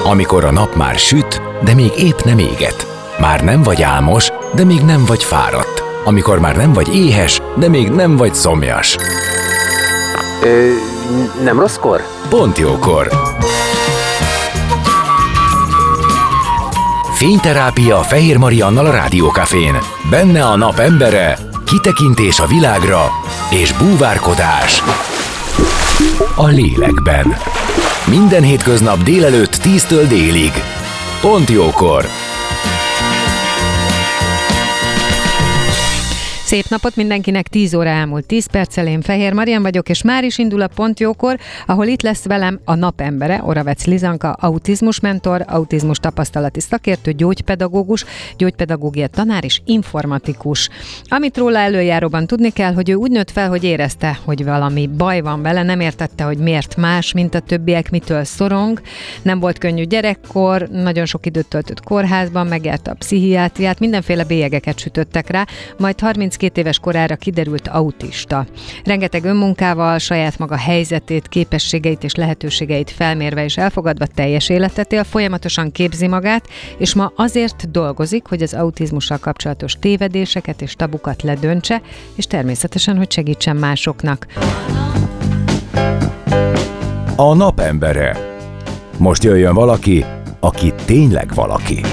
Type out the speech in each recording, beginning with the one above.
Amikor a nap már süt, de még épp nem éget. Már nem vagy álmos, de még nem vagy fáradt. Amikor már nem vagy éhes, de még nem vagy szomjas. Nem rosszkor? Pont jókor. Fényterápia Fehér Mariannal a Rádiókafén. Benne a nap embere, kitekintés a világra és búvárkodás a lélekben. Minden hétköznap délelőtt 10-től délig. Pont jókor. Szép napot mindenkinek, 10 óra elmúlt 10 perccel, én Fehér Marian vagyok, és már is indul a Pont jókor, ahol itt lesz velem a napembere, Oravec Lizanka, autizmus mentor, autizmus tapasztalati szakértő, gyógypedagógus, gyógypedagógia tanár és informatikus. Amit róla előjáróban tudni kell, hogy ő úgy nőtt fel, hogy érezte, hogy valami baj van vele, nem értette, hogy miért más, mint a többiek, mitől szorong, nem volt könnyű gyerekkor, nagyon sok időt töltött kórházban, megjárta a pszichiátriát, mindenféle bélyegeket sütöttek rá, majd 32 éves korára kiderült autista. Rengeteg önmunkával, saját maga helyzetét, képességeit és lehetőségeit felmérve és elfogadva teljes életet él, folyamatosan képzi magát, és ma azért dolgozik, hogy az autizmussal kapcsolatos tévedéseket és tabukat ledöntse, és természetesen, hogy segítsen másoknak. A napembere. Most jöjjön valaki, aki tényleg valaki.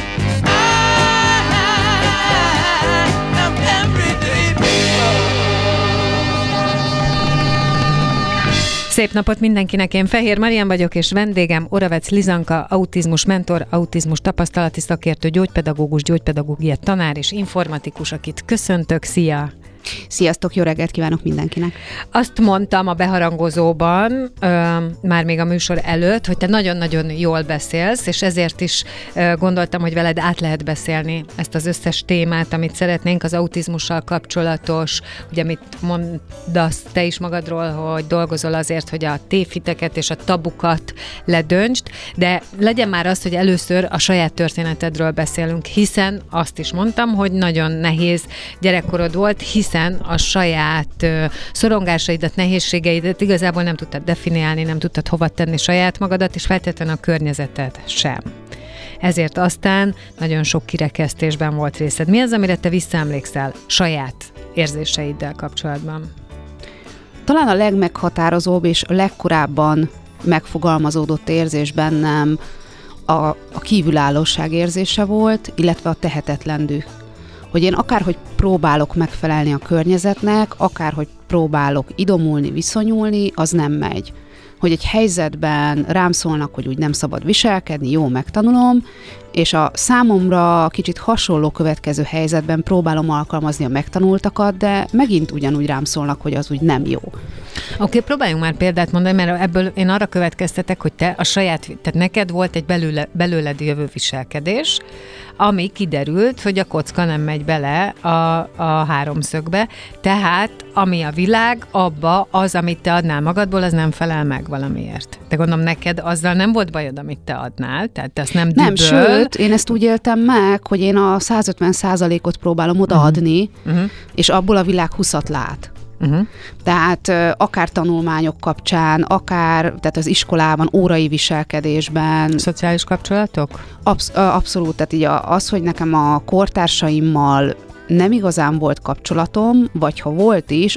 Szép napot mindenkinek, én Fehér Marian vagyok, és vendégem Oravec Lizanka, autizmus mentor, autizmus tapasztalati szakértő, gyógypedagógus, gyógypedagógia tanár és informatikus, akit köszöntök. Szia! Sziasztok, jó reggelt kívánok mindenkinek! Azt mondtam a beharangozóban, már még a műsor előtt, hogy te nagyon-nagyon jól beszélsz, és ezért is gondoltam, hogy veled át lehet beszélni ezt az összes témát, amit szeretnénk, az autizmussal kapcsolatos, ugye amit mondasz te is magadról, hogy dolgozol azért, hogy a tévhiteket és a tabukat ledöntsd, de legyen már az, hogy először a saját történetedről beszélünk, hiszen azt is mondtam, hogy nagyon nehéz gyerekkorod volt, hiszen a saját szorongásaidat, nehézségeidet igazából nem tudtad definiálni, nem tudtad hova tenni saját magadat, és feltétlenül a környezeted sem. Ezért aztán nagyon sok kirekesztésben volt részed. Mi az, amire te visszaemlékszel saját érzéseiddel kapcsolatban? Talán a legmeghatározóbb és a legkorábban megfogalmazódott érzés bennem a kívülállóság érzése volt, illetve a tehetetlen düh. Hogy én akárhogy próbálok megfelelni a környezetnek, akárhogy próbálok idomulni, viszonyulni, az nem megy. Hogy egy helyzetben rám szólnak, hogy úgy nem szabad viselkedni, jó, megtanulom, és a számomra kicsit hasonló következő helyzetben próbálom alkalmazni a megtanultakat, de megint ugyanúgy rám szólnak, hogy az úgy nem jó. Oké, próbáljunk már példát mondani, mert ebből én arra következtetek, hogy te a saját, tehát neked volt egy belőled jövő viselkedés, ami kiderült, hogy a kocka nem megy bele a háromszögbe, tehát ami a világ, abba az, amit te adnál magadból, az nem felel meg valamiért. De gondolom neked azzal nem volt bajod, amit te adnál, tehát te azt nem düböl. Nem, sőt, én ezt úgy éltem meg, hogy én a 150%-ot próbálom odaadni, és abból a világ 20-at lát. Tehát akár tanulmányok kapcsán, akár tehát az iskolában, órai viselkedésben. Szociális kapcsolatok? Abszolút, tehát így az, hogy nekem a kortársaimmal nem igazán volt kapcsolatom, vagy ha volt is,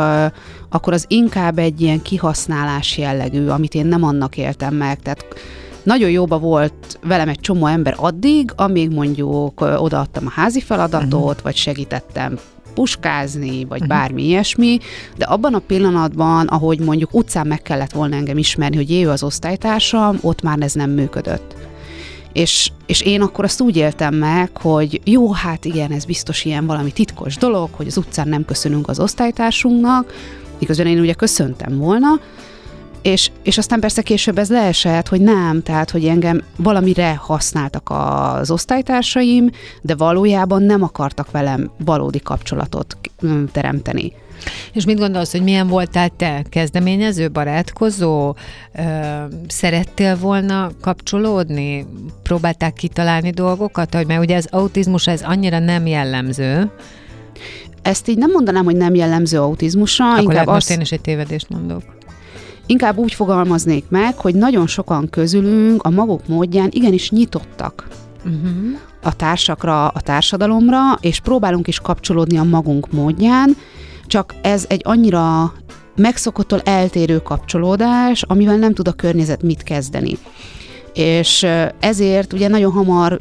akkor az inkább egy ilyen kihasználás jellegű, amit én nem annak éltem meg. Tehát nagyon jóba volt velem egy csomó ember addig, amíg mondjuk odaadtam a házi feladatot, vagy segítettem puskázni, vagy bármi ilyesmi, de abban a pillanatban, ahogy mondjuk utcán meg kellett volna engem ismerni, hogy ő az osztálytársam, ott már ez nem működött. És én akkor azt úgy éltem meg, hogy jó, hát igen, ez biztos ilyen valami titkos dolog, hogy az utcán nem köszönünk az osztálytársunknak, miközben én ugye köszöntem volna, és aztán persze később ez leesett, hogy nem, tehát, hogy engem valamire használtak az osztálytársaim, de valójában nem akartak velem valódi kapcsolatot teremteni. És mit gondolsz, hogy milyen voltál te? Kezdeményező, barátkozó? Szerettél volna kapcsolódni? Próbálták kitalálni dolgokat? Mert ugye az autizmus ez annyira nem jellemző. Ezt így nem mondanám, hogy nem jellemző autizmusra. Akkor most én is egy tévedést mondok. Inkább úgy fogalmaznék meg, hogy nagyon sokan közülünk a maguk módján igenis nyitottak a társakra, a társadalomra, és próbálunk is kapcsolódni a magunk módján, csak ez egy annyira megszokottól eltérő kapcsolódás, amivel nem tud a környezet mit kezdeni. És ezért ugye nagyon hamar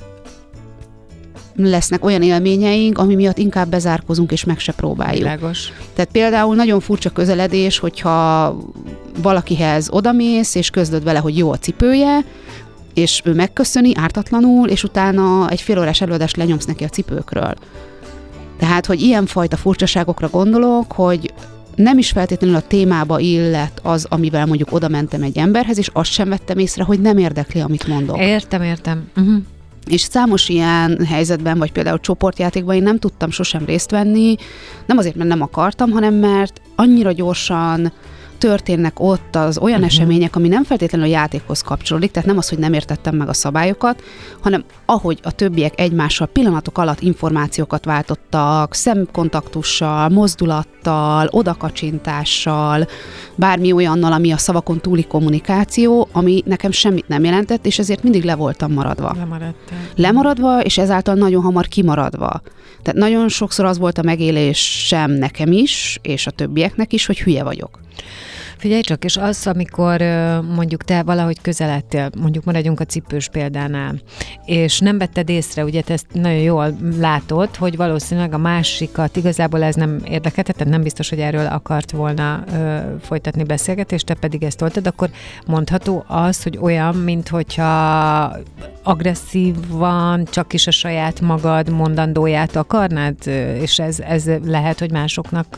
lesznek olyan élményeink, ami miatt inkább bezárkozunk és meg se próbáljuk. Világos. Tehát például nagyon furcsa közeledés, hogyha valakihez odamész, és közlöd vele, hogy jó a cipője, és ő megköszöni ártatlanul, és utána egy fél órás előadást lenyomsz neki a cipőkről. Tehát, hogy ilyenfajta furcsaságokra gondolok, hogy nem is feltétlenül a témába illett az, amivel mondjuk oda mentem egy emberhez, és azt sem vettem észre, hogy nem érdekli, amit mondok. Értem. És számos ilyen helyzetben, vagy például csoportjátékban én nem tudtam sosem részt venni, nem azért, mert nem akartam, hanem mert annyira gyorsan történnek ott az olyan események, ami nem feltétlenül a játékhoz kapcsolódik, tehát nem az, hogy nem értettem meg a szabályokat, hanem ahogy a többiek egymással pillanatok alatt információkat váltottak, szemkontaktussal, mozdulattal, odakacsintással, bármi olyannal, ami a szavakon túli kommunikáció, ami nekem semmit nem jelentett, és ezért mindig le voltam maradva. Lemaradva, és ezáltal nagyon hamar kimaradva. Tehát nagyon sokszor az volt a megélésem nekem is, és a többieknek is, hogy hülye vagyok. Figyelj csak, és az, amikor mondjuk te valahogy közeledtél, mondjuk maradjunk a cipős példánál, és nem vetted észre, ugye te ezt nagyon jól látod, hogy valószínűleg a másikat igazából ez nem érdekelte, tehát nem biztos, hogy erről akart volna folytatni beszélgetést, te pedig ezt toltad, akkor mondható az, hogy olyan, minthogyha agresszívan csak is a saját magad mondandóját akarnád, és ez lehet, hogy másoknak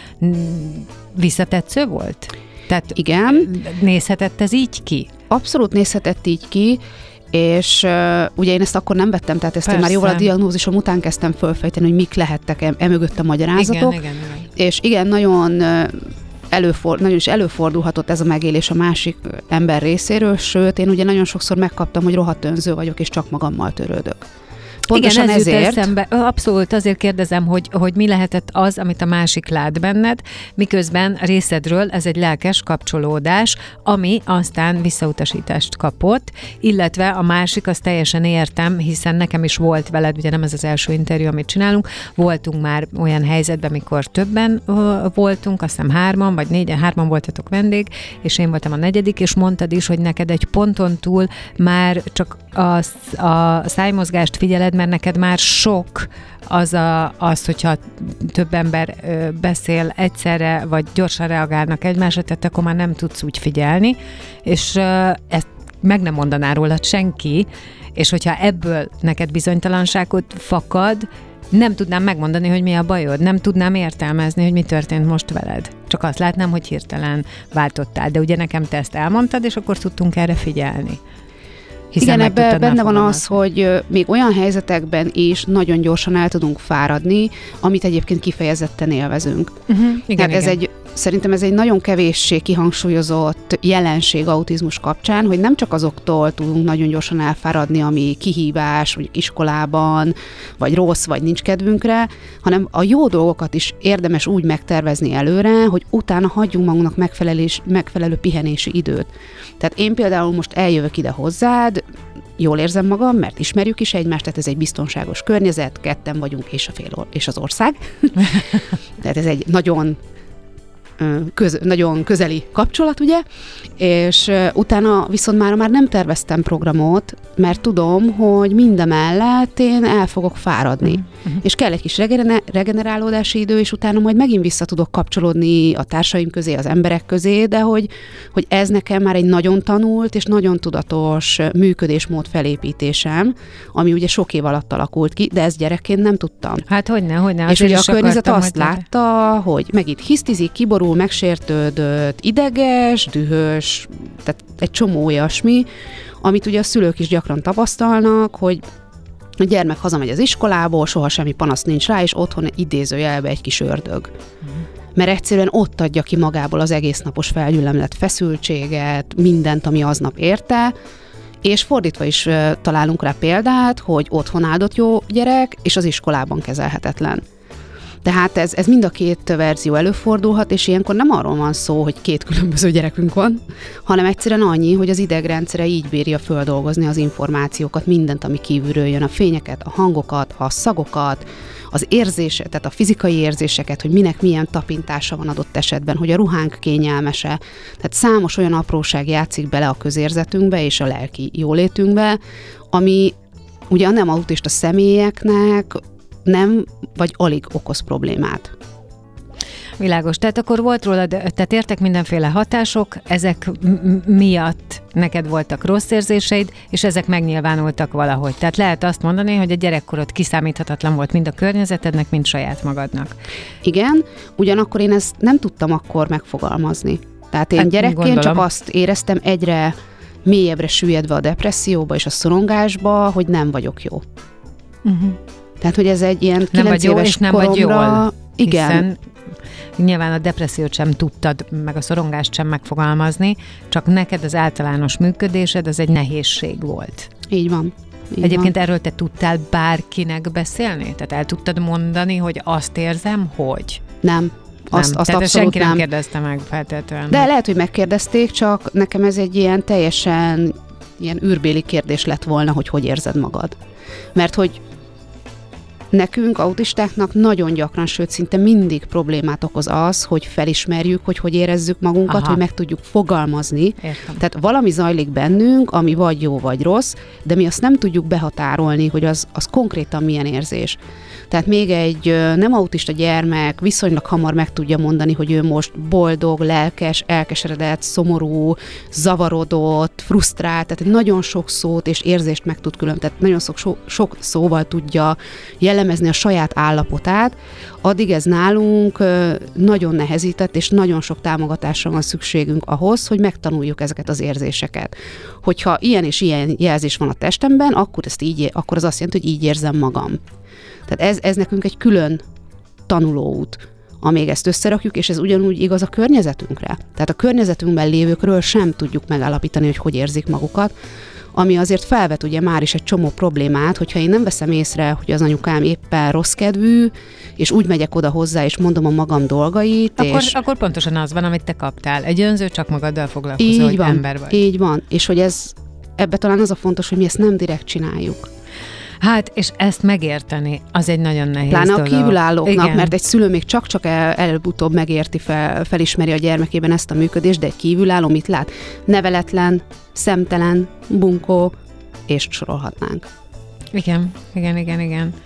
visszatetsző volt? Tehát igen. Nézhetett ez így ki? Abszolút nézhetett így ki, és ugye én ezt akkor nem vettem, tehát ezt Persze. én már jóval a diagnózisom után kezdtem fölfejteni, hogy mik lehettek emögött a magyarázatok. Igen. És igen, nagyon is előfordulhatott ez a megélés a másik ember részéről, sőt, én ugye nagyon sokszor megkaptam, hogy rohadt önző vagyok, és csak magammal törődök. Pontosan igen, ez ezért. jut eszembe. Abszolút azért kérdezem, hogy mi lehetett az, amit a másik lát benned, miközben részedről ez egy lelkes kapcsolódás, ami aztán visszautasítást kapott, illetve a másik, azt teljesen értem, hiszen nekem is volt veled, ugye nem ez az első interjú, amit csinálunk, voltunk már olyan helyzetben, mikor többen voltunk, azt hiszem 3-an, vagy 4-en, 3-an voltatok vendég, és én voltam a 4., és mondtad is, hogy neked egy ponton túl már csak a szájmozgást figyeled, mert neked már sok az, hogyha több ember beszél egyszerre, vagy gyorsan reagálnak egymásra, tehát akkor már nem tudsz úgy figyelni, és ezt meg nem mondaná rólad senki, és hogyha ebből neked bizonytalanságot fakad, nem tudnám megmondani, hogy mi a bajod, nem tudnám értelmezni, hogy mi történt most veled. Csak azt látnám, hogy hirtelen váltottál, de ugye nekem te ezt elmondtad, és akkor tudtunk erre figyelni. Igen, ebben benne van az, hogy még olyan helyzetekben is nagyon gyorsan el tudunk fáradni, amit egyébként kifejezetten élvezünk. Igen. Szerintem ez egy nagyon kevéssé kihangsúlyozott jelenség autizmus kapcsán, hogy nem csak azoktól tudunk nagyon gyorsan elfáradni, ami kihívás, vagy iskolában, vagy rossz, vagy nincs kedvünkre, hanem a jó dolgokat is érdemes úgy megtervezni előre, hogy utána hagyjunk magunknak megfelelő pihenési időt. Tehát én például most eljövök ide hozzád, jól érzem magam, mert ismerjük is egymást, tehát ez egy biztonságos környezet, ketten vagyunk, és az ország. Tehát ez egy nagyon közeli kapcsolat, ugye? És utána viszont már nem terveztem programot, mert tudom, hogy mindemellett én el fogok fáradni. És kell egy kis regenerálódási idő, és utána majd megint vissza tudok kapcsolódni a társaim közé, az emberek közé, de hogy ez nekem már egy nagyon tanult és nagyon tudatos működésmód felépítésem, ami ugye sok év alatt alakult ki, de ezt gyerekként nem tudtam. Hát hogyne. És ugye a környezet azt látta, hogy megint hisztizik, kiborul, megsértődött, ideges, dühös, tehát egy csomó olyasmi, amit ugye a szülők is gyakran tapasztalnak, hogy a gyermek hazamegy az iskolából, soha semmi panasz nincs rá, és otthon idézőjelbe egy kis ördög. Mert egyszerűen ott adja ki magából az egész napos felgyülemlett feszültséget, mindent, ami aznap érte, és fordítva is találunk rá példát, hogy otthon áldott jó gyerek, és az iskolában kezelhetetlen. Tehát ez mind a két verzió előfordulhat, és ilyenkor nem arról van szó, hogy két különböző gyerekünk van, hanem egyszerűen annyi, hogy az idegrendszere így bírja földolgozni az információkat, mindent, ami kívülről jön, a fényeket, a hangokat, a szagokat, az érzéseket, tehát a fizikai érzéseket, hogy minek milyen tapintása van adott esetben, hogy a ruhánk kényelmese. Tehát számos olyan apróság játszik bele a közérzetünkbe és a lelki jólétünkbe, ami ugye a nem autista személyeknek nem vagy alig okoz problémát. Világos. Tehát akkor volt rólad, tehát értek mindenféle hatások, ezek miatt neked voltak rossz érzéseid, és ezek megnyilvánultak valahogy. Tehát lehet azt mondani, hogy a gyerekkorod kiszámíthatatlan volt mind a környezetednek, mind saját magadnak. Igen, ugyanakkor én ezt nem tudtam akkor megfogalmazni. Tehát én gyerekként csak azt éreztem egyre mélyebbre süllyedve a depresszióba és a szorongásba, hogy nem vagyok jó. Tehát, hogy ez egy ilyen 9 éves nem koromra... vagy jól. Igen. Hiszen nyilván a depressziót sem tudtad, meg a szorongást sem megfogalmazni, csak neked az általános működésed az egy nehézség volt. Így van. Egyébként erről te tudtál bárkinek beszélni? Tehát el tudtad mondani, hogy azt érzem, hogy... Nem. Azt tehát abszolút senki nem nem kérdezte meg feltétlenül. De lehet, hogy megkérdezték, csak nekem ez egy ilyen teljesen ilyen űrbéli kérdés lett volna, hogy érzed magad. Mert hogy nekünk, autistáknak nagyon gyakran, sőt szinte mindig problémát okoz az, hogy felismerjük, hogy érezzük magunkat, hogy meg tudjuk fogalmazni. Értem. Tehát valami zajlik bennünk, ami vagy jó, vagy rossz, de mi azt nem tudjuk behatárolni, hogy az konkrétan milyen érzés. Tehát még egy nem autista gyermek viszonylag hamar meg tudja mondani, hogy ő most boldog, lelkes, elkeseredett, szomorú, zavarodott, frusztrált, tehát nagyon sok szót és érzést meg tud tehát nagyon sok szóval tudja jellemezni a saját állapotát, addig ez nálunk nagyon nehezített, és nagyon sok támogatásra van szükségünk ahhoz, hogy megtanuljuk ezeket az érzéseket. Hogyha ilyen és ilyen jelzés van a testemben, akkor az azt jelenti, hogy így érzem magam. Tehát ez nekünk egy külön tanulóút, amíg ezt összerakjuk, és ez ugyanúgy igaz a környezetünkre. Tehát a környezetünkben lévőkről sem tudjuk megállapítani, hogy érzik magukat, ami azért felvet ugye már is egy csomó problémát, hogyha én nem veszem észre, hogy az anyukám éppen rossz kedvű, és úgy megyek oda hozzá, és mondom a magam dolgait. Akkor pontosan az van, amit te kaptál. Egy önző, csak magaddal foglalkozó, hogy ember vagy. Így van, és hogy ebbe talán az a fontos, hogy mi ezt nem direkt csináljuk. Hát, és ezt megérteni, az egy nagyon nehéz dolog. Pláne a kívülállóknak, igen. Mert egy szülő még csak előbb-utóbb megérti, felismeri a gyermekében ezt a működést, de egy kívülálló mit lát? Neveletlen, szemtelen, bunkó, és sorolhatnánk. Igen.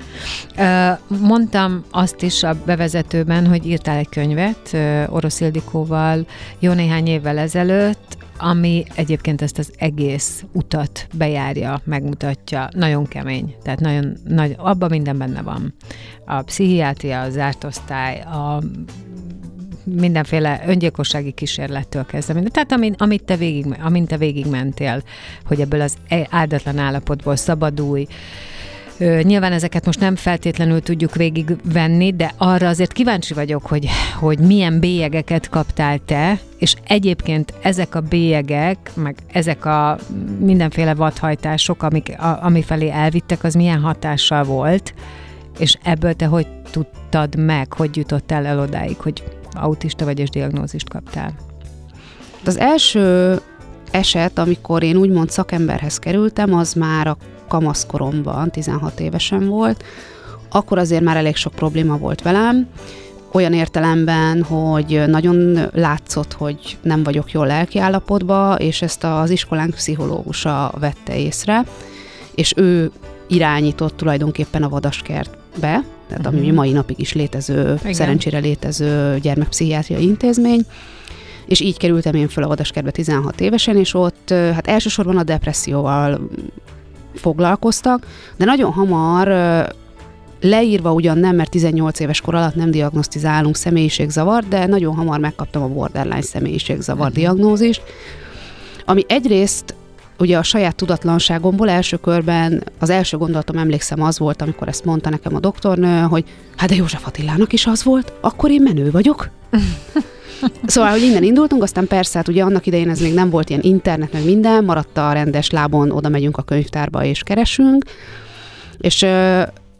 Mondtam azt is a bevezetőben, hogy írtál egy könyvet Orosz Ildikóval jó néhány évvel ezelőtt, ami egyébként ezt az egész utat bejárja, megmutatja. Nagyon kemény, tehát nagyon abban minden benne van. A pszichiátria, a zárt osztály, a mindenféle öngyilkossági kísérlettől kezdve. Tehát amint te végigmentél, hogy ebből az áldatlan állapotból szabadulj. Nyilván ezeket most nem feltétlenül tudjuk végigvenni, de arra azért kíváncsi vagyok, hogy milyen bélyegeket kaptál te, és egyébként ezek a bélyegek, meg ezek a mindenféle vadhajtások, ami felé elvittek, az milyen hatással volt, és ebből te hogy tudtad meg, hogy jutottál el odáig, hogy autista vagy és diagnózist kaptál? Az első eset, amikor én úgymond szakemberhez kerültem, az már a kamaszkoromban, 16 évesen volt. Akkor azért már elég sok probléma volt velem, olyan értelemben, hogy nagyon látszott, hogy nem vagyok jól lelki állapotban, és ezt az iskolánk pszichológusa vette észre, és ő irányított tulajdonképpen a vadaskertbe, tehát ami mai napig is létező, igen. Szerencsére létező gyermekpszichiátriai intézmény, és így kerültem én föl a vadaskertbe 16 évesen, és ott hát elsősorban a depresszióval foglalkoztak, de nagyon hamar leírva ugyan nem, mert 18 éves kor alatt nem diagnosztizálunk személyiségzavart, de nagyon hamar megkaptam a borderline személyiségzavar diagnózist, ami egyrészt ugye a saját tudatlanságomból első körben, az első gondolatom emlékszem az volt, amikor ezt mondta nekem a doktornő, hogy hát de József Attilának is az volt, akkor én menő vagyok. Szóval, hogy innen indultunk, aztán persze, hát ugye annak idején ez még nem volt ilyen internet, meg minden, maradt a rendes lábon, oda megyünk a könyvtárba és keresünk, és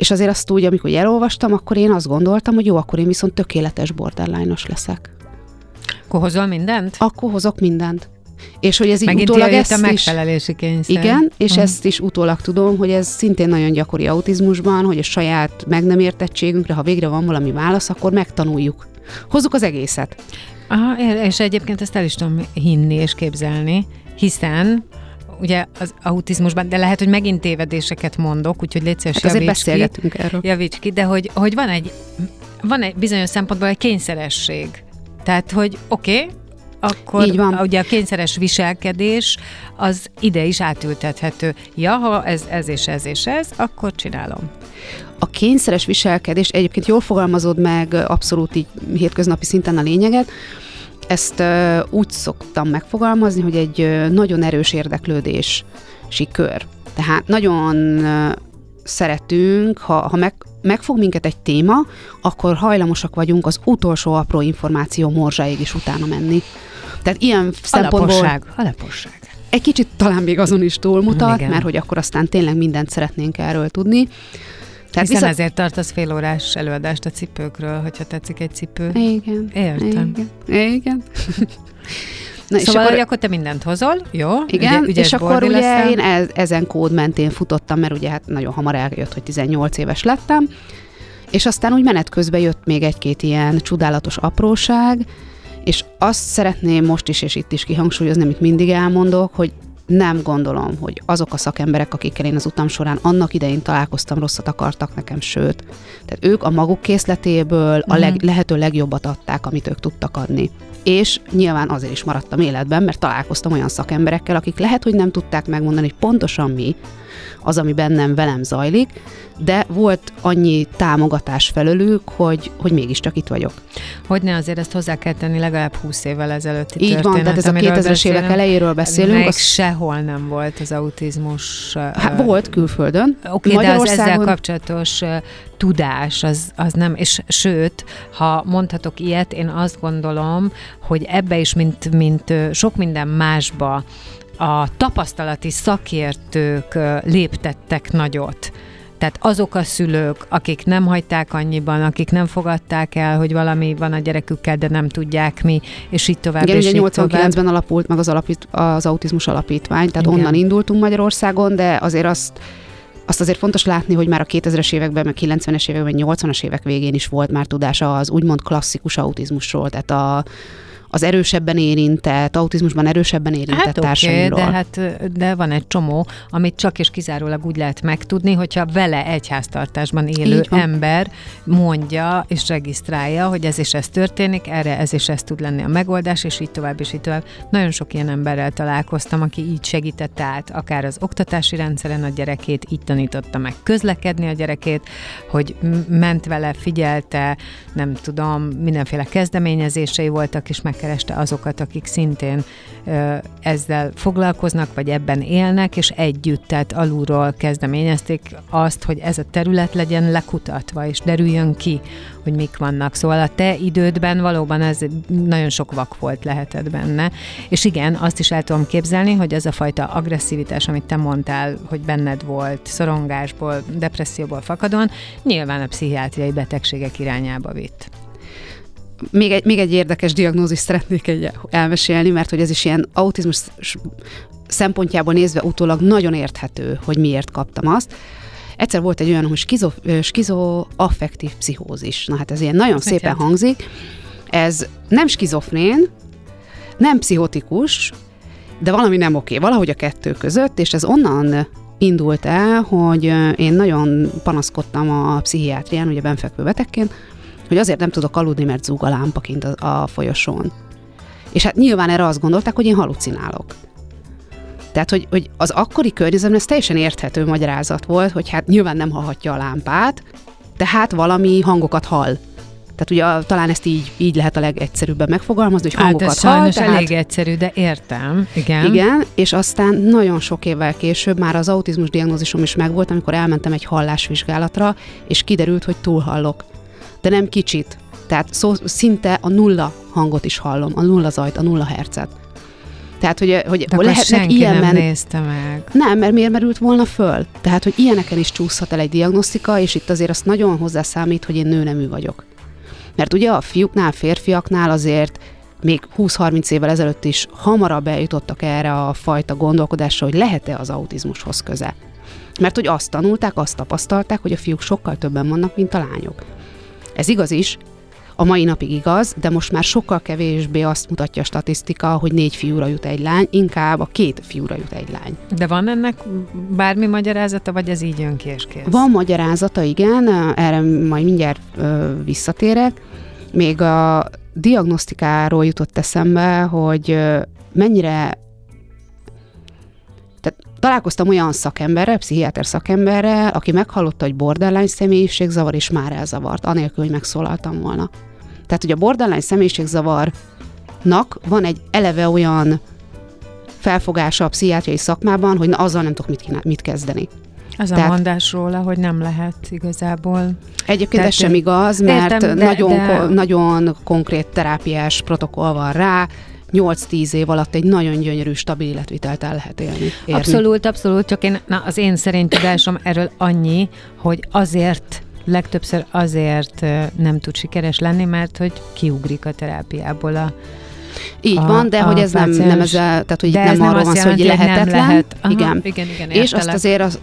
És azért azt úgy, amikor elolvastam, akkor én azt gondoltam, hogy jó, akkor én viszont tökéletes borderline-os leszek. Akkor hozol mindent? Akkor hozok mindent. És hogy ez így megint utólag ezt a megfelelési kényszer. Igen, és ezt is utólag tudom, hogy ez szintén nagyon gyakori autizmusban, hogy a saját meg nem értettségünkre, ha végre van valami válasz, akkor megtanuljuk. Hozzuk az egészet. Aha, és egyébként ezt el is tudom hinni és képzelni, hiszen ugye az autizmusban, de lehet, hogy megint tévedéseket mondok, úgyhogy légy szíves, azért beszélgetünk erről. Javíts ki, de hogy van egy bizonyos szempontból egy kényszeresség. Tehát, hogy oké, akkor ugye a kényszeres viselkedés az ide is átültethető. Ja, ha ez és ez és ez, akkor csinálom. A kényszeres viselkedés, egyébként jól fogalmazod meg abszolút így hétköznapi szinten a lényeget, ezt úgy szoktam megfogalmazni, hogy egy nagyon erős érdeklődési kör. Tehát nagyon szeretünk, ha megfog minket egy téma, akkor hajlamosak vagyunk az utolsó apró információ morzsáig is utána menni. Tehát ilyen szempontból... Alaposság. Egy kicsit talán még azon is túlmutat, mert hogy akkor aztán tényleg mindent szeretnénk erről tudni. Tehát hiszen ezért tartasz félórás előadást a cipőkről, hogyha tetszik egy cipő. Igen. Értem. Igen. Na, szóval, akkor te mindent hozol, jó? Igen, és akkor ugye én ezen kód mentén futottam, mert ugye hát nagyon hamar eljött, hogy 18 éves lettem, és aztán úgy menet közben jött még egy-két ilyen csodálatos apróság, és azt szeretném most is, és itt is kihangsúlyozni, amit mindig elmondok, hogy nem gondolom, hogy azok a szakemberek, akikkel én az utam során annak idején találkoztam, rosszat akartak nekem, sőt. Tehát ők a maguk készletéből a lehető legjobbat adták, amit ők tudtak adni. És nyilván azért is maradtam életben, mert találkoztam olyan szakemberekkel, akik lehet, hogy nem tudták megmondani, hogy pontosan mi az, ami bennem velem zajlik, de volt annyi támogatás felőlük, hogy mégiscsak itt vagyok. Hogyne, azért ezt hozzá kell tenni, legalább 20 évvel ezelőtti történet. Így van, tehát ez a 2000-es évek elejéről beszélünk. Még sehol nem volt az autizmus. Volt külföldön. Oké, de az ezzel kapcsolatos tudás, az nem, és sőt, ha mondhatok ilyet, én azt gondolom, hogy ebbe is, mint sok minden másba, a tapasztalati szakértők léptettek nagyot. Tehát azok a szülők, akik nem hagyták annyiban, akik nem fogadták el, hogy valami van a gyerekükkel, de nem tudják mi, és így tovább. Igen, és ugye 89-ben alapult meg az autizmus alapítvány, tehát igen. Onnan indultunk Magyarországon, de azért azt azért fontos látni, hogy már a 2000-es években, meg 90-es években, 80-as évek végén is volt már tudása az úgymond klasszikus autizmusról, tehát az erősebben érintett, autizmusban erősebben érintett társaimról. De van egy csomó, amit csak és kizárólag úgy lehet megtudni, hogyha vele egy háztartásban élő ember mondja és regisztrálja, hogy ez és ez történik, erre ez és ez tud lenni a megoldás, és így tovább, és így tovább. Nagyon sok ilyen emberrel találkoztam, aki így segítette át akár az oktatási rendszeren a gyerekét, így tanította meg közlekedni a gyerekét, hogy ment vele, figyelte, nem tudom, mindenféle kezdeményezései voltak, és megkereste azokat, akik szintén ezzel foglalkoznak, vagy ebben élnek, és együtt, tehát alulról kezdeményezték azt, hogy ez a terület legyen lekutatva, és derüljön ki, hogy mik vannak. Szóval a te idődben valóban ez nagyon sok vak volt lehetett benne. És igen, azt is el tudom képzelni, hogy ez a fajta agresszivitás, amit te mondtál, hogy benned volt, szorongásból, depresszióból fakadóan, nyilván a pszichiátriai betegségek irányába vitt. Még egy érdekes diagnózist szeretnék elmesélni, mert hogy ez is ilyen autizmus szempontjából nézve utólag nagyon érthető, hogy miért kaptam azt. Egyszer volt egy olyan, hogy skizoaffektív pszichózis. Na hát ez ilyen nagyon szépen hangzik. Ez nem skizofrén, nem pszichotikus, de valami nem oké, valahogy a kettő között, és ez onnan indult el, hogy én nagyon panaszkodtam a pszichiátrián, ugye benfekvő betegként, hogy azért nem tudok aludni, mert zúg a lámpa kint a folyosón. És hát nyilván erre azt gondolták, hogy én halucinálok. Tehát, hogy az akkori környezetben ez teljesen érthető magyarázat volt, hogy hát nyilván nem hallhatja a lámpát, tehát valami hangokat hall. Tehát ugye talán ezt így lehet a legegyszerűbben megfogalmazni, hogy hangokat ez hall. Sajnos elég egyszerű, de értem. Igen. Igen, és aztán nagyon sok évvel később már az autizmus diagnózisom is megvolt, amikor elmentem egy hallásvizsgálatra, és kiderült, hogy túlhallok. De nem kicsit. Tehát szinte a nulla hangot is hallom, a nulla zajt, a nulla hercet. Tehát, hogy lehetnek ilyen nem nézte meg. Nem, mert miért merült volna föl? Tehát, hogy ilyeneken is csúszhat el egy diagnosztika, és itt azért azt nagyon hozzászámít, hogy én nőnemű vagyok. Mert ugye a fiúknál, férfiaknál azért még 20-30 évvel ezelőtt is hamarabb eljutottak erre a fajta gondolkodásra, hogy lehet-e az autizmushoz köze. Mert hogy azt tanulták, azt tapasztalták, hogy a fiúk sokkal többen vannak, mint a lányok. Ez igaz is, a mai napig igaz, de most már sokkal kevésbé azt mutatja a statisztika, hogy 4 fiúra jut egy lány, inkább a 2 fiúra jut egy lány. De van ennek bármi magyarázata, vagy ez így jön ki és kész? Van magyarázata, igen, erre majd mindjárt visszatérek. Még a diagnosztikáról jutott eszembe, hogy mennyire... Tehát találkoztam olyan szakemberrel, pszichiáter szakemberrel, aki meghallotta, hogy borderline személyiségzavar, és már elzavart, anélkül, hogy megszólaltam volna. Tehát, hogy a borderline személyiségzavarnak van egy eleve olyan felfogása a pszichiátriai szakmában, hogy na, azzal nem tudok mit kezdeni. Az a mondás róla, hogy nem lehet igazából. Egyébként ez sem igaz, mert nagyon konkrét terápiás protokoll van rá, 8-10 év alatt egy nagyon gyönyörű, stabil életvitelt el lehet érni. Abszolút, csak az én szerint tudásom erről annyi, hogy legtöbbször azért nem tud sikeres lenni, mert hogy kiugrik a terápiából így van, de hogy ez nem ezzel, tehát hogy nem arról van szó, hogy lehetetlen. Lehet. Aha, igen. Igen, és azt azért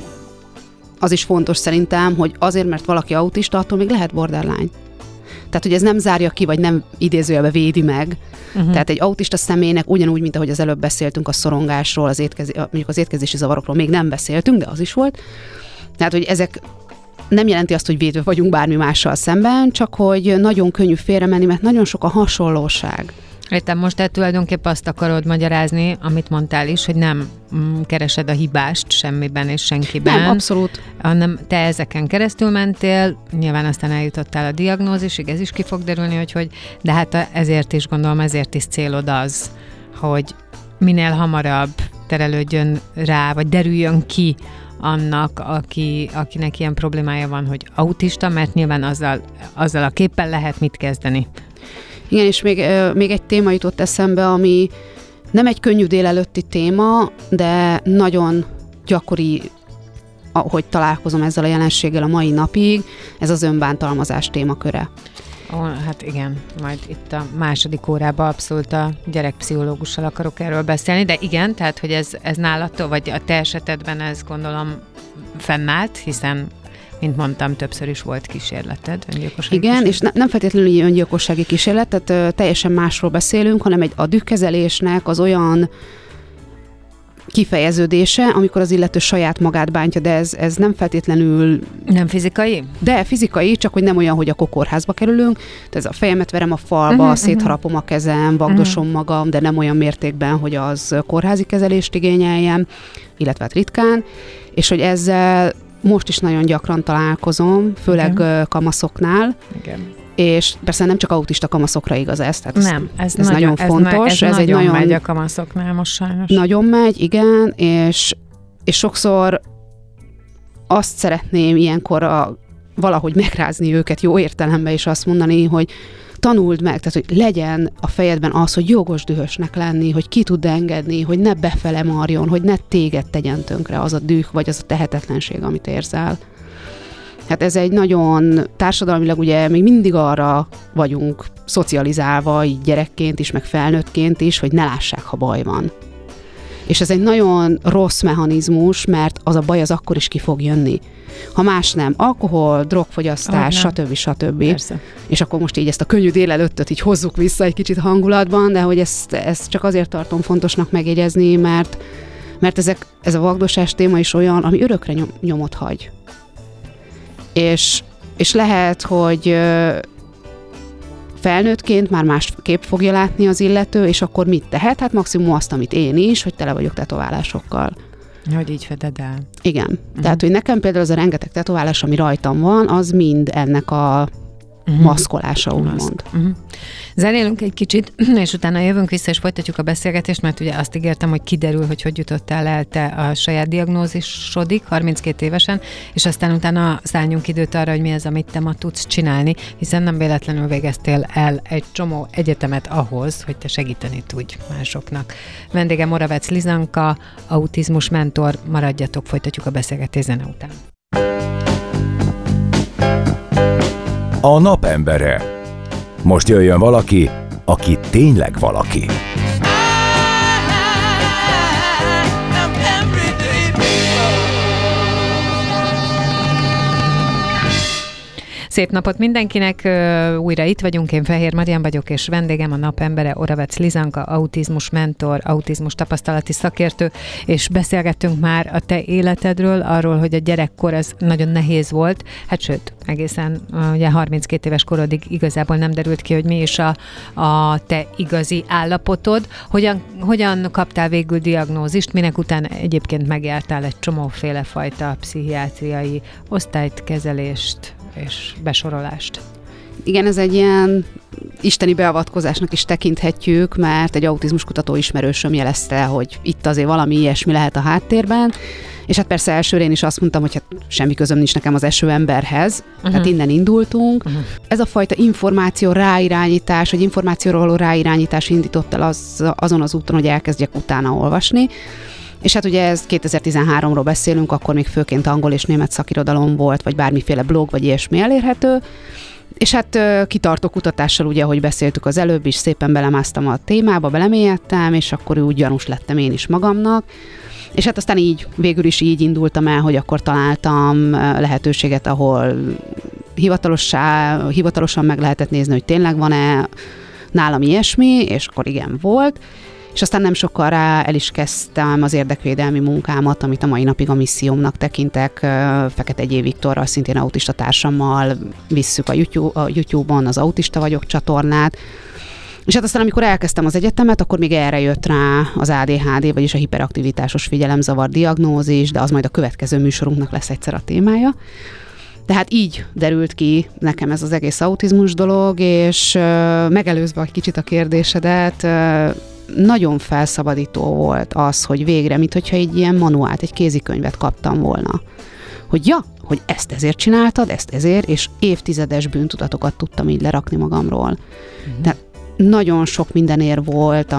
az is fontos szerintem, hogy azért, mert valaki autista, attól még lehet borderline. Tehát, hogy ez nem zárja ki, vagy nem idézőjelbe védi meg. Tehát egy autista személynek ugyanúgy, mint ahogy az előbb beszéltünk a szorongásról, mondjuk az étkezési zavarokról még nem beszéltünk, de az is volt. Tehát, hogy ezek nem jelenti azt, hogy védve vagyunk bármi mással szemben, csak hogy nagyon könnyű félremenni, mert nagyon sok a hasonlóság. Értem, most te tulajdonképpen azt akarod magyarázni, amit mondtál is, hogy nem keresed a hibást semmiben és senkiben. Nem, abszolút. Hanem te ezeken keresztül mentél, nyilván aztán eljutottál a diagnózisig, ez is ki fog derülni, de hát ezért is gondolom, ezért is célod az, hogy minél hamarabb terelődjön rá, vagy derüljön ki annak, akinek ilyen problémája van, hogy autista, mert nyilván azzal a képpel lehet mit kezdeni. Igen, és még egy téma jutott eszembe, ami nem egy könnyű délelőtti téma, de nagyon gyakori, hogy találkozom ezzel a jelenséggel a mai napig, ez az önbántalmazás témaköre. Hát igen, majd itt a második órában abszolút a gyerekpszichológussal akarok erről beszélni, de igen, tehát, hogy ez nálattól, vagy a te esetedben ez gondolom fennállt, hiszen mint mondtam, többször is volt kísérleted, öngyilkossági igen, kísérlet. És nem feltétlenül öngyilkossági kísérlet, tehát teljesen másról beszélünk, hanem a dühkezelésnek az olyan kifejeződése, amikor az illető saját magát bántja, de ez nem feltétlenül... Nem fizikai? De fizikai, csak hogy nem olyan, hogy a kórházba kerülünk, tehát ez a fejemet verem a falba, szétharapom a kezem, vagdosom magam, de nem olyan mértékben, hogy az kórházi kezelést igényeljem, illetve hát ritkán, és hogy ezzel most is nagyon gyakran találkozom, főleg kamaszoknál. Igen. És persze nem csak autista kamaszokra igaz ez, tehát ez nagyon fontos. Ez nagyon megy a kamaszoknál most sajnos. Nagyon megy, igen, és sokszor azt szeretném ilyenkor valahogy megrázni őket jó értelemben, és azt mondani, hogy tanuld meg, tehát hogy legyen a fejedben az, hogy jogos dühösnek lenni, hogy ki tud engedni, hogy ne befele marjon, hogy ne téged tegyen tönkre az a düh, vagy az a tehetetlenség, amit érzel. Hát ez egy nagyon társadalmilag ugye még mindig arra vagyunk szocializálva, így gyerekként is, meg felnőttként is, hogy ne lássák, ha baj van. És ez egy nagyon rossz mechanizmus, mert az a baj az akkor is ki fog jönni. Ha más nem, alkohol, drogfogyasztás, stb. Persze. És akkor most így ezt a könnyű délelőttöt így hozzuk vissza egy kicsit hangulatban, de hogy ezt csak azért tartom fontosnak megjegyezni, mert ez a vagdosás téma is olyan, ami örökre nyomot hagy. És lehet, hogy felnőttként már másképp fogja látni az illető, és akkor mit tehet? Hát maximum azt, amit én is, hogy tele vagyok tetoválásokkal. Hogy így feded el. Igen. Tehát, hogy nekem például az a rengeteg tetoválás, ami rajtam van, az mind ennek a maszkolása, úgymond. Zenélünk egy kicsit, és utána jövünk vissza, és folytatjuk a beszélgetést, mert ugye azt ígértem, hogy kiderül, hogy jutottál el te a saját diagnózisodig, 32 évesen, és aztán utána szálljunk időt arra, hogy mi az, amit te ma tudsz csinálni, hiszen nem véletlenül végeztél el egy csomó egyetemet ahhoz, hogy te segíteni tudj másoknak. Vendégem Moravec Lizanka, autizmus mentor, maradjatok, folytatjuk a beszélgetést zene után. A napembere. Most jöjjön valaki, aki tényleg valaki. Szép napot mindenkinek, újra itt vagyunk, én Fehér Marian vagyok, és vendégem a napembere Oravec Lizanka, autizmus mentor, autizmus tapasztalati szakértő, és beszélgettünk már a te életedről, arról, hogy a gyerekkor ez nagyon nehéz volt, hát sőt, egészen ugye 32 éves korodig igazából nem derült ki, hogy mi is a te igazi állapotod. Hogyan kaptál végül diagnózist, minek után egyébként megjártál egy csomóféle fajta pszichiátriai osztályt, kezelést és besorolást? Igen, ez egy ilyen isteni beavatkozásnak is tekinthetjük, mert egy autizmus kutató ismerősöm jelezte, hogy itt azért valami ilyesmi lehet a háttérben, és hát persze elsőre én is azt mondtam, hogy hát semmi közöm nincs nekem az esőemberhez, tehát innen indultunk. Ez a fajta információ ráirányítás, vagy információról való ráirányítás indított el azon az úton, hogy elkezdjek utána olvasni. És hát ugye ez 2013-ról beszélünk, akkor még főként angol és német szakirodalom volt, vagy bármiféle blog, vagy ilyesmi elérhető. És hát kitartó kutatással, ugye, ahogy beszéltük az előbb is, szépen belemásztam a témába, belemélyedtem, és akkor úgy gyanús lettem én is magamnak. És hát aztán végül is így indultam el, hogy akkor találtam lehetőséget, ahol hivatalosan meg lehetett nézni, hogy tényleg van-e nálam ilyesmi, és akkor igen, volt. És aztán nem sokkal rá el is kezdtem az érdekvédelmi munkámat, amit a mai napig a missziómnak tekintek. Fekete Gyér Viktorral, szintén autista társammal visszük a YouTube-on az Autista vagyok csatornát. És hát aztán, amikor elkezdtem az egyetemet, akkor még erre jött rá az ADHD, vagyis a hiperaktivitásos figyelemzavar diagnózis, de az majd a következő műsorunknak lesz egyszer a témája. Tehát így derült ki nekem ez az egész autizmus dolog, és megelőzve egy kicsit a kérdésedet, nagyon felszabadító volt az, hogy végre, minthogyha egy ilyen manuált, egy kézikönyvet kaptam volna. Hogy ezt ezért csináltad, ezt ezért, és évtizedes bűntudatokat tudtam így lerakni magamról. De nagyon sok mindenért volt,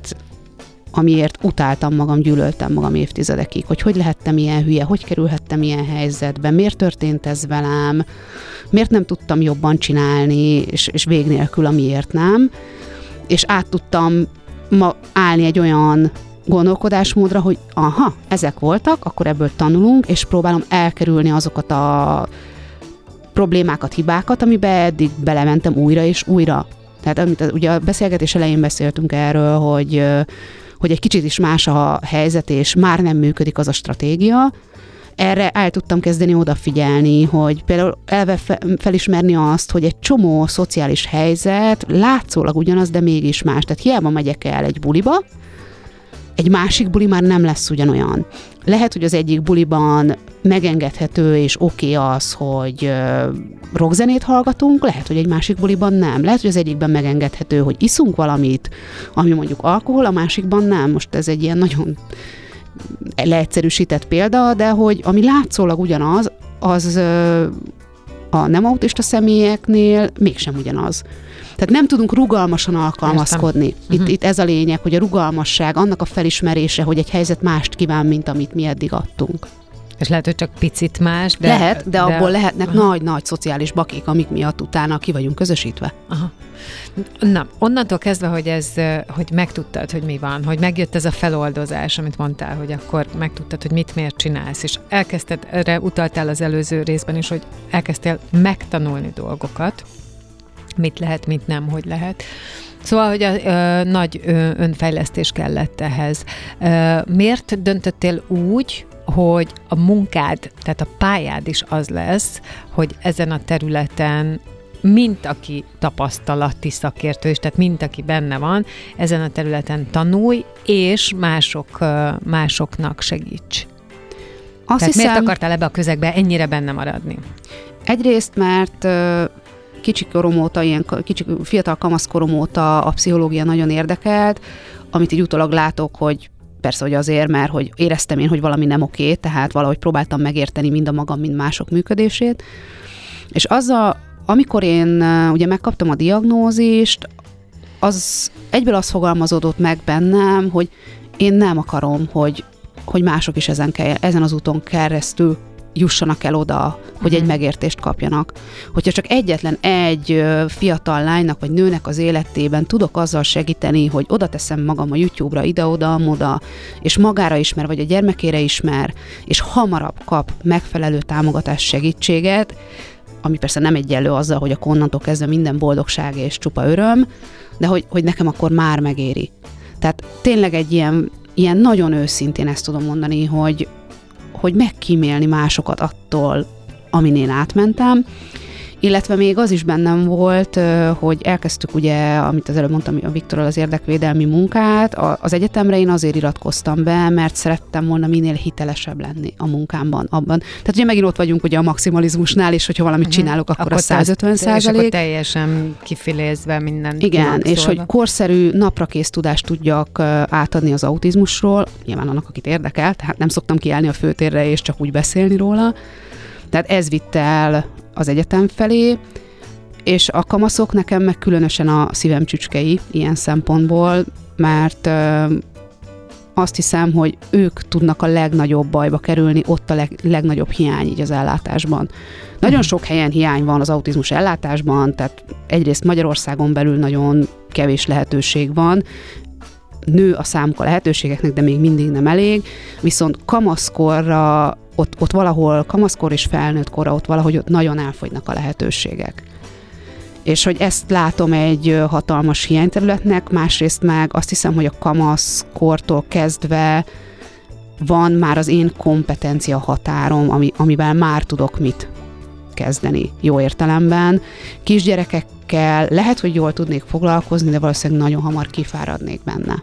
amiért utáltam magam, gyűlöltem magam évtizedekig, hogy lehettem ilyen hülye, hogy kerülhettem ilyen helyzetbe, miért történt ez velem, miért nem tudtam jobban csinálni, és vég nélkül, amiért nem. És át tudtam állni egy olyan gondolkodásmódra, hogy ezek voltak, akkor ebből tanulunk, és próbálom elkerülni azokat a problémákat, hibákat, amiben eddig belementem újra és újra. Tehát ugye a beszélgetés elején beszéltünk erről, hogy egy kicsit is más a helyzet, és már nem működik az a stratégia. Erre el tudtam kezdeni odafigyelni, hogy például elve felismerni azt, hogy egy csomó szociális helyzet látszólag ugyanaz, de mégis más. Tehát hiába megyek el egy buliba, egy másik buli már nem lesz ugyanolyan. Lehet, hogy az egyik buliban megengedhető és oké az, hogy rockzenét hallgatunk, lehet, hogy egy másik buliban nem. Lehet, hogy az egyikben megengedhető, hogy iszunk valamit, ami mondjuk alkohol, a másikban nem. Most ez egy ilyen nagyon leegyszerűsített példa, de hogy ami látszólag ugyanaz, az a nem autista személyeknél mégsem ugyanaz. Tehát nem tudunk rugalmasan alkalmazkodni. Itt ez a lényeg, hogy a rugalmasság, annak a felismerése, hogy egy helyzet mást kíván, mint amit mi eddig adtunk. És lehet, hogy csak picit más, de... Lehet, de abból lehetnek nagy-nagy szociális bakik, amik miatt utána ki vagyunk közösítve. Aha. Na, onnantól kezdve, hogy megtudtad, hogy mi van, hogy megjött ez a feloldozás, amit mondtál, hogy akkor megtudtad, hogy miért csinálsz, és elkezdted, erre utaltál az előző részben is, hogy elkezdtél megtanulni dolgokat, mit lehet, mit nem, hogy lehet. Szóval, hogy nagy önfejlesztés kellett ehhez. Miért döntöttél úgy, hogy a munkád, tehát a pályád is az lesz, hogy ezen a területen mint aki tapasztalati szakértő is, tehát mint aki benne van, ezen a területen tanulj, és másoknak segíts. Tehát miért akartál ebbe a közegbe ennyire benne maradni? Egyrészt, mert kicsi korom óta, ilyen kicsi, fiatal kamaszkorom óta a pszichológia nagyon érdekelt, amit így utólag látok, hogy persze, hogy azért, mert hogy éreztem én, hogy valami nem oké, tehát valahogy próbáltam megérteni mind a magam, mind mások működését. És amikor én ugye megkaptam a diagnózist, az egyből az fogalmazódott meg bennem, hogy én nem akarom, hogy mások is ezen az úton keresztül jussanak el oda, hogy egy megértést kapjanak. Hogyha csak egyetlen egy fiatal lánynak vagy nőnek az életében tudok azzal segíteni, hogy oda teszem magam a YouTube-ra, ide-oda, és magára ismer, vagy a gyermekére ismer, és hamarabb kap megfelelő támogatás, segítséget, ami persze nem egyenlő azzal, hogy akkor onnantól kezdve minden boldogság és csupa öröm, de hogy nekem akkor már megéri. Tehát tényleg egy ilyen nagyon őszintén ezt tudom mondani, hogy megkímélni másokat attól, amin én átmentem, illetve még az is bennem volt, hogy elkezdtük ugye, amit az előbb mondtam, a Viktorral az érdekvédelmi munkát, az egyetemre én azért iratkoztam be, mert szerettem volna minél hitelesebb lenni a munkámban abban. Tehát ugye megint ott vagyunk ugye a maximalizmusnál, és hogyha valamit csinálok, akkor a 150%. És akkor teljesen kifilézve minden. Igen, és hogy korszerű, naprakész tudást tudjak átadni az autizmusról, nyilván annak, akit érdekel, tehát nem szoktam kiállni a főtérre és csak úgy beszélni róla. Tehát ez vitt el az egyetem felé, és a kamaszok nekem meg különösen a szívem csücskei ilyen szempontból, mert azt hiszem, hogy ők tudnak a legnagyobb bajba kerülni, ott a legnagyobb hiány így az ellátásban. Nagyon sok helyen hiány van az autizmus ellátásban, tehát egyrészt Magyarországon belül nagyon kevés lehetőség van, nő a számuk a lehetőségeknek, de még mindig nem elég, viszont kamaszkorra ott valahol, kamaszkor és felnőtt korra, ott valahogy ott nagyon elfogynak a lehetőségek. És hogy ezt látom egy hatalmas hiányterületnek, másrészt meg azt hiszem, hogy a kamaszkortól kezdve van már az én kompetencia határom, amivel már tudok mit kezdeni jó értelemben. Kisgyerekekkel lehet, hogy jól tudnék foglalkozni, de valószínűleg nagyon hamar kifáradnék benne.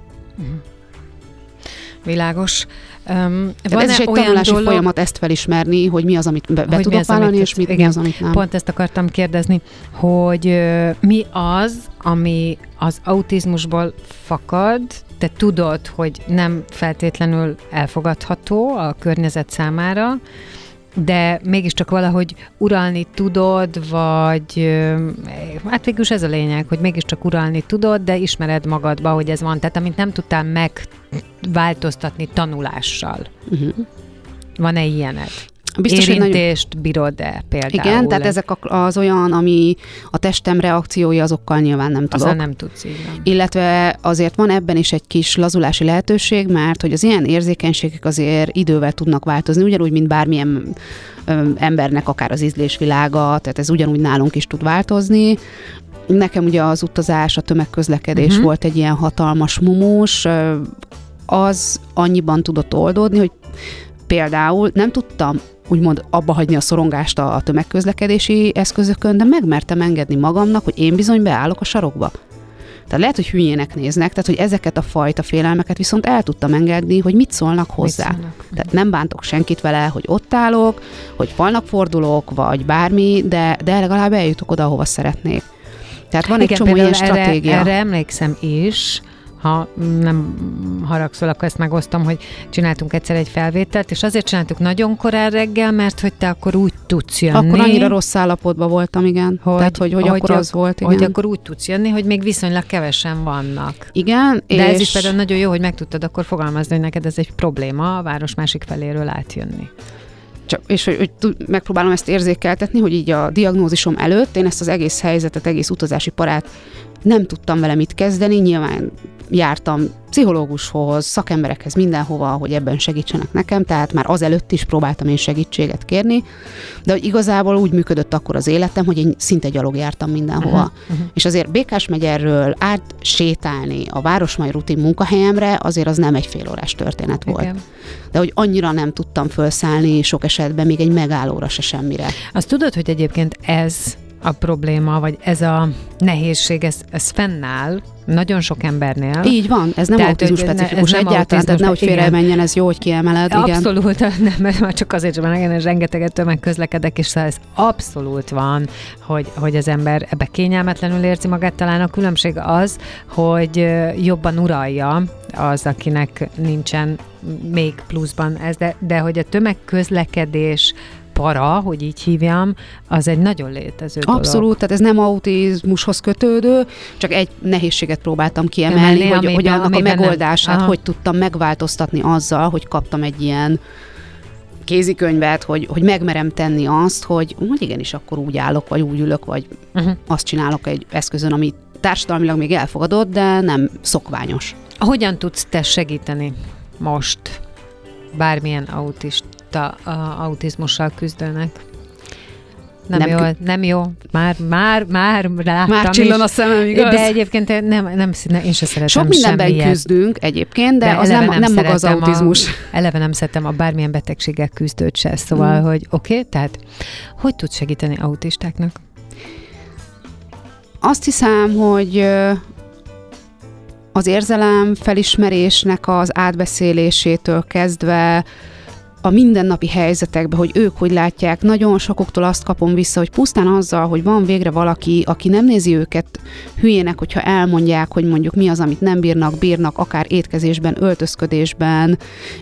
Világos. Ez is egy tanulási folyamat ezt felismerni, hogy mi az, amit be tudok vállalni, és mi az, amit nem. Pont ezt akartam kérdezni, hogy mi az, ami az autizmusból fakad, te tudod, hogy nem feltétlenül elfogadható a környezet számára, de mégiscsak valahogy uralni tudod, vagy hát végülis ez a lényeg, hogy mégiscsak uralni tudod, de ismered magadba, hogy ez van. Tehát amit nem tudtál megváltoztatni tanulással. Van-e ilyened? Biztos, érintést bírod-e például? Igen, tehát ezek az olyan, ami a testem reakciói, azokkal nyilván nem tudok. Azzal nem tudsz, így van. Illetve azért van ebben is egy kis lazulási lehetőség, mert hogy az ilyen érzékenységek azért idővel tudnak változni, ugyanúgy, mint bármilyen embernek, akár az ízlésvilága, tehát ez ugyanúgy nálunk is tud változni. Nekem ugye az utazás, a tömegközlekedés volt egy ilyen hatalmas mumus, az annyiban tudott oldódni, hogy például nem tudtam úgymond abba hagyni a szorongást a tömegközlekedési eszközökön, de megmertem engedni magamnak, hogy én bizony beállok a sarokba. Tehát lehet, hogy hülyének néznek, tehát hogy ezeket a fajta félelmeket viszont el tudtam engedni, hogy mit szólnak hozzá. Tehát nem bántok senkit vele, hogy ott állok, hogy falnak fordulok, vagy bármi, de legalább eljutok oda, ahova szeretnék. Tehát van egy csomó ilyen stratégia. Erre emlékszem is, ha nem haragszol, akkor ezt megosztom, hogy csináltunk egyszer egy felvételt, és azért csináltuk nagyon korán reggel, mert hogy te akkor úgy tudsz jönni. Akkor annyira rossz állapotban voltam, igen. Tehát, hogy akkor az volt, igen. Hogy akkor úgy tudsz jönni, hogy még viszonylag kevesen vannak. Igen. De ez is például nagyon jó, hogy meg tudtad akkor fogalmazni, hogy neked ez egy probléma a város másik feléről átjönni. És hogy megpróbálom ezt érzékeltetni, hogy így a diagnózisom előtt én ezt az egész helyzetet, egész utazási parát nem tudtam vele mit kezdeni, nyilván jártam pszichológushoz, szakemberekhez, mindenhova, hogy ebben segítsenek nekem, tehát már azelőtt is próbáltam én segítséget kérni, de hogy igazából úgy működött akkor az életem, hogy én szinte gyalog jártam mindenhova. És azért Békásmegyerről átsétálni a Városmai rutin munkahelyemre, azért az nem egy félórás történet volt. Igen. De hogy annyira nem tudtam felszállni sok esetben még egy megállóra se semmire. Azt tudod, hogy egyébként ez a probléma, vagy ez a nehézség, ez fennáll nagyon sok embernél. Így van, ez nem autizmus specifikus egyáltalán, tehát nehogy félremenjen, ez jó, hogy kiemeled. Abszolút, nem, mert már csak azért sem, mert én rengeteget tömegközlekedek, és ez abszolút van, hogy az ember ebbe kényelmetlenül érzi magát. Talán a különbség az, hogy jobban uralja az, akinek nincsen még pluszban ez, de hogy a tömegközlekedés para, hogy így hívjam, az egy nagyon létező dolog. Abszolút, tehát ez nem autizmushoz kötődő, csak egy nehézséget próbáltam kiemelni, hogy annak a megoldását hogy tudtam megváltoztatni azzal, hogy kaptam egy ilyen kézikönyvet, hogy megmerem tenni azt, hogy igenis akkor úgy állok, vagy úgy ülök, vagy azt csinálok egy eszközön, ami társadalmilag még elfogadott, de nem szokványos. Hogyan tudsz te segíteni most bármilyen autizmussal küzdőnek? Nem jó. Már láttam. Már csillan a szemem, igaz? De egyébként én se szeretem sok mindenben semmilyet. Küzdünk egyébként, de az nem maga az autizmus. Eleve nem szeretem a bármilyen betegséggel küzdőt se, szóval, hogy oké, tehát hogy tudsz segíteni autistáknak? Azt hiszem, hogy az érzelem felismerésnek az átbeszélésétől kezdve a mindennapi helyzetekben, hogy ők hogy látják, nagyon sokuktól azt kapom vissza, hogy pusztán azzal, hogy van végre valaki, aki nem nézi őket hülyének, hogyha elmondják, hogy mondjuk mi az, amit nem bírnak, akár étkezésben, öltözködésben,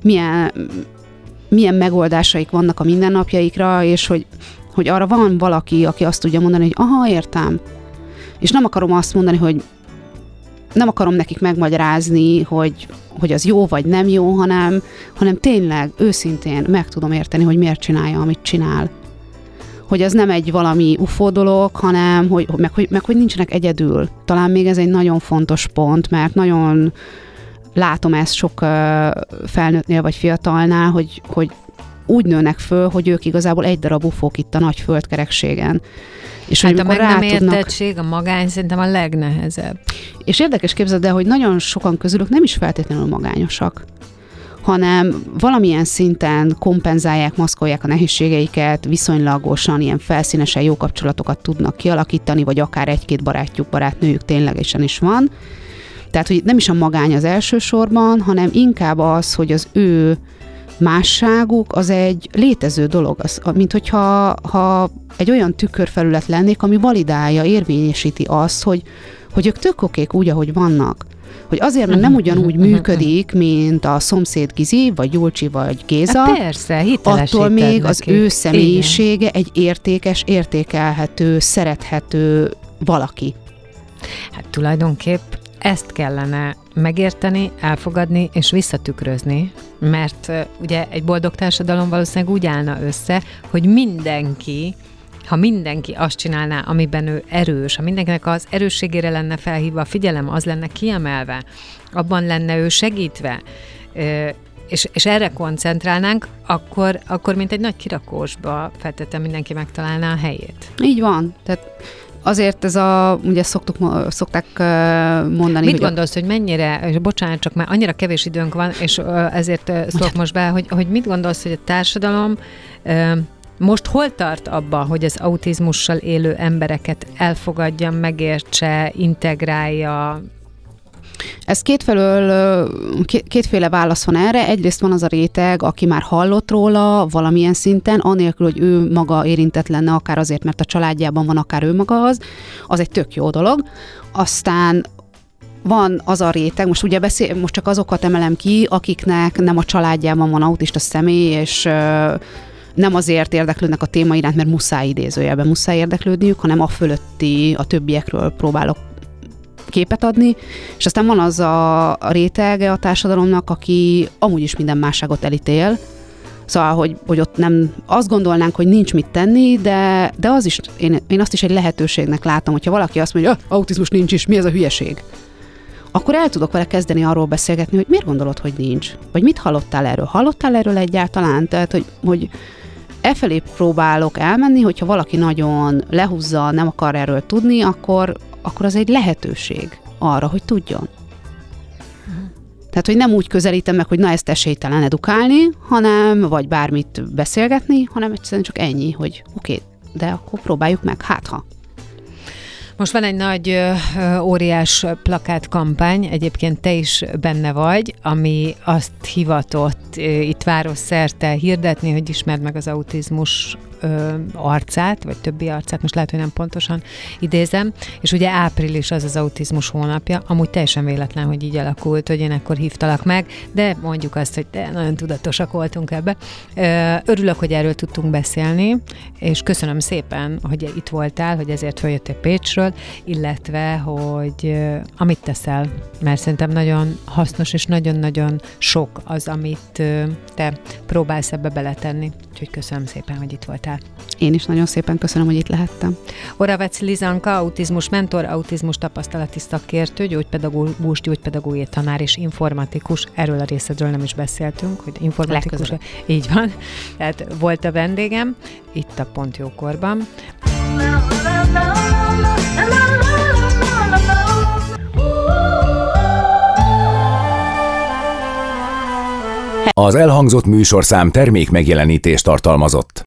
milyen megoldásaik vannak a mindennapjaikra, és hogy arra van valaki, aki azt tudja mondani, hogy aha, értem. És nem akarom azt mondani, hogy nem akarom nekik megmagyarázni, hogy az jó vagy nem jó, hanem tényleg őszintén meg tudom érteni, hogy miért csinálja, amit csinál. Hogy ez nem egy valami UFO dolog, hanem meg hogy nincsenek egyedül. Talán még ez egy nagyon fontos pont, mert nagyon látom ezt sok felnőttnél vagy fiatalnál, hogy úgy nőnek föl, hogy ők igazából egy darab UFO-k itt a nagy földkerekségen. És hát a meg nem értettség, a magány szerintem a legnehezebb. És érdekes képzeld el, hogy nagyon sokan közülük nem is feltétlenül magányosak, hanem valamilyen szinten kompenzálják, maszkolják a nehézségeiket, viszonylagosan ilyen felszínesen jó kapcsolatokat tudnak kialakítani, vagy akár egy-két barátnőjük ténylegesen is van. Tehát, hogy nem is a magány az elsősorban, hanem inkább az, hogy az ő másságuk az egy létező dolog, mint hogyha egy olyan tükörfelület lennék, ami validálja, érvényesíti azt, hogy ők tök okék úgy, ahogy vannak. Hogy azért, mert nem ugyanúgy működik, mint a szomszéd Gizi, vagy Gyulcsi, vagy Géza. Hát persze, attól még az ő személyisége egy értékes, értékelhető, szerethető valaki. Hát tulajdonképp ezt kellene megérteni, elfogadni és visszatükrözni, mert ugye egy boldog társadalom valószínűleg úgy állna össze, hogy ha mindenki azt csinálná, amiben ő erős, ha mindenkinek az erősségére lenne felhívva a figyelem, az lenne kiemelve, abban lenne ő segítve, és erre koncentrálnánk, akkor mint egy nagy kirakósba feltétlenül mindenki megtalálná a helyét. Így van. Tehát azért ugye szokták mondani. Mit gondolsz, hogy mennyire, és bocsánat, csak már annyira kevés időnk van, és ezért szólok most be, hogy mit gondolsz, hogy a társadalom most hol tart abba, hogy az autizmussal élő embereket elfogadja, megértse, integrálja? Ez kétféle válasz van erre. Egyrészt van az a réteg, aki már hallott róla valamilyen szinten, anélkül, hogy ő maga érintett lenne, akár azért, mert a családjában van, akár ő maga az egy tök jó dolog. Aztán van az a réteg, most ugye most csak azokat emelem ki, akiknek nem a családjában van autista személy, és nem azért érdeklődnek a téma iránt, mert muszáj érdeklődniük, hanem a többiekről próbálok képet adni, és aztán van az a rétege a társadalomnak, aki amúgy is minden másságot elítél, szóval, hogy ott nem, azt gondolnánk, hogy nincs mit tenni, de az is, én azt is egy lehetőségnek látom, hogyha valaki azt mondja, autizmus nincs is, mi ez a hülyeség? Akkor el tudok vele kezdeni arról beszélgetni, hogy miért gondolod, hogy nincs? Vagy mit hallottál erről? Hallottál erről egyáltalán? Tehát, hogy efelé próbálok elmenni, hogyha valaki nagyon lehúzza, nem akar erről tudni, akkor az egy lehetőség arra, hogy tudjon. Tehát, hogy nem úgy közelítem meg, hogy na ezt esélytelen edukálni, vagy bármit beszélgetni, hanem egyszerűen csak ennyi, hogy oké, de akkor próbáljuk meg, hátha. Most van egy nagy, óriás plakátkampány, egyébként te is benne vagy, ami azt hivatott itt városszerte hirdetni, hogy ismerd meg az autizmus arcát, vagy többi arcát, most lehet, hogy nem pontosan idézem, és ugye április az autizmus hónapja, amúgy teljesen véletlen, hogy így alakult, hogy én ekkor hívtalak meg, de mondjuk azt, hogy nagyon tudatosak voltunk ebbe. Örülök, hogy erről tudtunk beszélni, és köszönöm szépen, hogy itt voltál, hogy ezért följöttél Pécsről, illetve, hogy amit teszel, mert szerintem nagyon hasznos, és nagyon-nagyon sok az, amit te próbálsz ebbe beletenni. Úgyhogy köszönöm szépen, hogy itt voltál. Én is nagyon szépen köszönöm, hogy itt lehettem. Oravec Lizanka, autizmus mentor, autizmus tapasztalati szakértő, gyógypedagógus, gyógypedagógiai tanár és informatikus. Erről a részedről nem is beszéltünk, hogy informatikus. Így van. Tehát volt a vendégem itt a Pont Jókorban. Az elhangzott műsorszám termék megjelenítést tartalmazott.